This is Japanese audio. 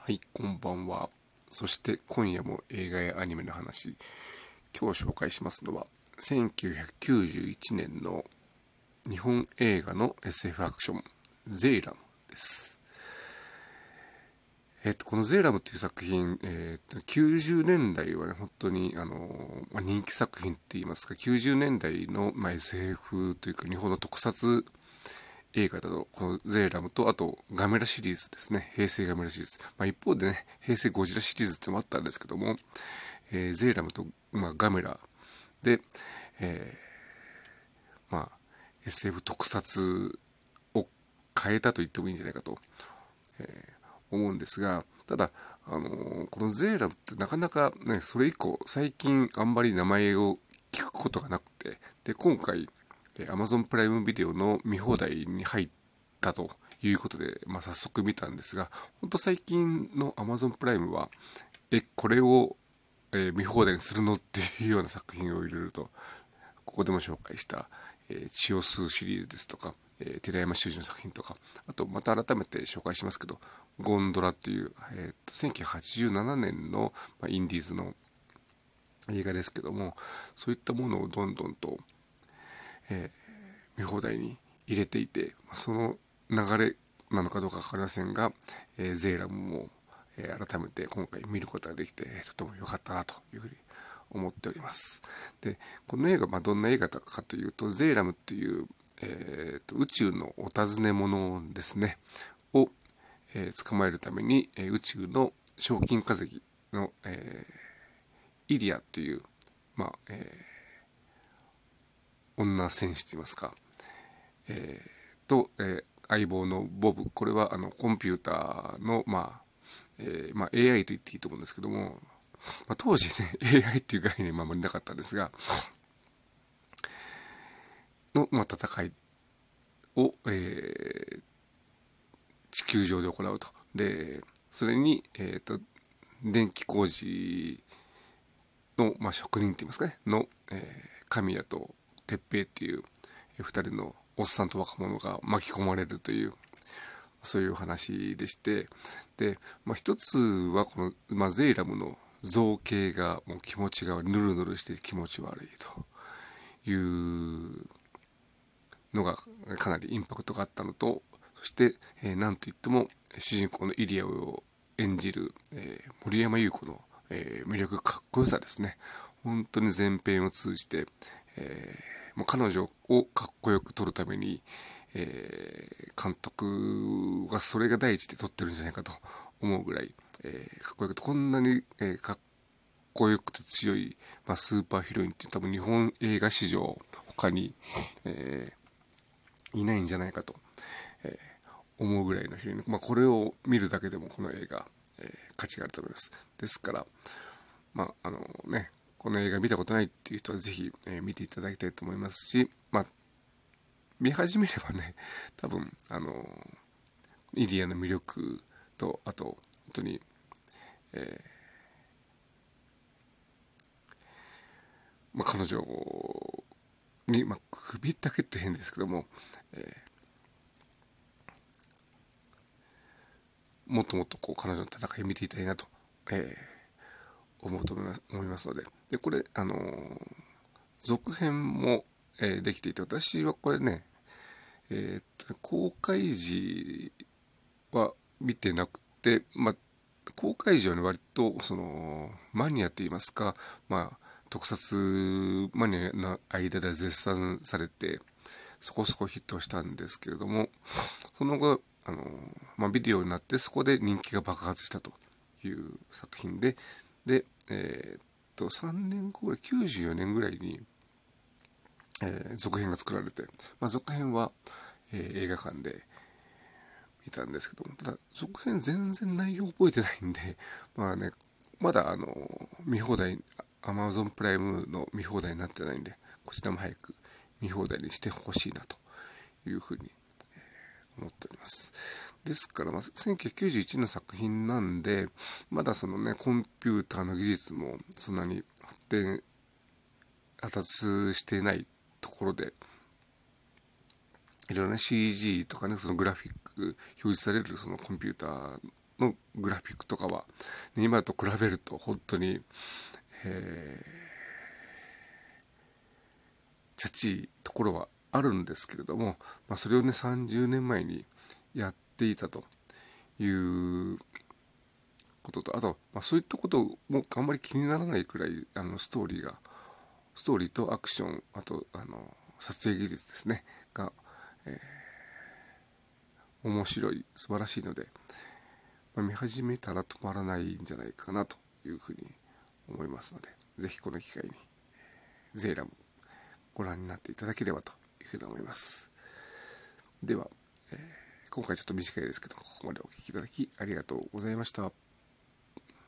はい、こんばんは。そして今夜も映画やアニメの話。今日紹介しますのは、1991年の日本映画の SF アクション、ゼイラムです。このゼイラムっていう作品、90年代はね、本当に、人気作品って言いますか、90年代の、SF というか日本の特撮映画だと、このゼーラムと、あとガメラシリーズですね。平成ガメラシリーズ。一方でね、平成ゴジラシリーズってのもあったんですけども、ゼーラムと、ガメラで、えSF 特撮を変えたと言ってもいいんじゃないかと、思うんですが、ただ、このゼーラムってなかなかね、それ以降、最近あんまり名前を聞くことがなくて、で、今回、Amazon プライムビデオの見放題に入ったということで、早速見たんですが、ほんと最近の Amazon プライムは、これを、見放題にするのっていうような作品を入れると、ここでも紹介した、血を吸うシリーズですとか、寺山修司の作品とか、あとまた改めて紹介しますけど、ゴンドラっていう、1987年の、インディーズの映画ですけども、そういったものをどんどんと、見放題に入れていて、その流れなのかどうかわかりませんが、ゼーラムも、改めて今回見ることができて、とても良かったなというふうに思っております。で、この映画、どんな映画かというと、ゼーラムっていう、宇宙のお尋ね者ですね、を、捕まえるために、宇宙の賞金稼ぎの、イリアという、まあ、女戦士といいますか、と、相棒のボブ。これはコンピューターの、AI と言っていいと思うんですけども、当時ね、AI っていう概念はあまりなかったんですが、の、戦いを、地球上で行うと。で、それに、電気工事の、職人って言いますかね、の、神谷と鉄平っていう、二人のおっさんと若者が巻き込まれるという、そういう話でして、で、一つはこの、ゼイラムの造形がもう気持ちがヌルヌルして気持ち悪いというのがかなりインパクトがあったのと、そして、なんといっても主人公のイリアを演じる、森山優子の、魅力、かっこよさですね。本当に前編を通じて、もう彼女をかっこよく撮るために、監督はそれが第一で撮ってるんじゃないかと思うぐらい、かっこよくて、こんなに、かっこよくて強い、スーパーヒロインって多分日本映画史上他に、えいないんじゃないかと、思うぐらいのヒロイン。これを見るだけでもこの映画、価値があると思います。ですから、この映画見たことないっていう人はぜひ、見ていただきたいと思いますし、見始めればね、多分、イリアの魅力と、あと、本当に、彼女に、首だけって変ですけども、もっともっとこう彼女の戦いを見ていたいなと、え思うと思いますので。で、これ、続編も、できていて、私はこれね、公開時は見てなくて、公開時はね、割と、マニアって言いますか、特撮マニアの間で絶賛されて、そこそこヒットしたんですけれども、その後、ビデオになってそこで人気が爆発したという作品で、で、3年後ぐらい、94年ぐらいに、続編が作られて、続編は、映画館で見たんですけども、ただ続編全然内容覚えてないんで、まだ見放題、Amazon プライムの見放題になってないんで、こちらも早く見放題にしてほしいなというふうに思っております。ですから、1991の作品なんで、まだそのね、コンピューターの技術もそんなに発達していないところで、いろいろな CG とかね、そのグラフィック、表示されるそのコンピューターのグラフィックとかは、今と比べると本当に、チャチいところはあるんですけれども、それをね、30年前にやっていたということと、あと、そういったこともあんまり気にならないくらい、ストーリーとアクション、あと、撮影技術ですね、が、面白い、素晴らしいので、見始めたら止まらないんじゃないかなというふうに思いますので、ぜひこの機会に、ゼーラムご覧になっていただければというふうに思います。では、今回ちょっと短いですけども、ここまでお聞きいただきありがとうございました。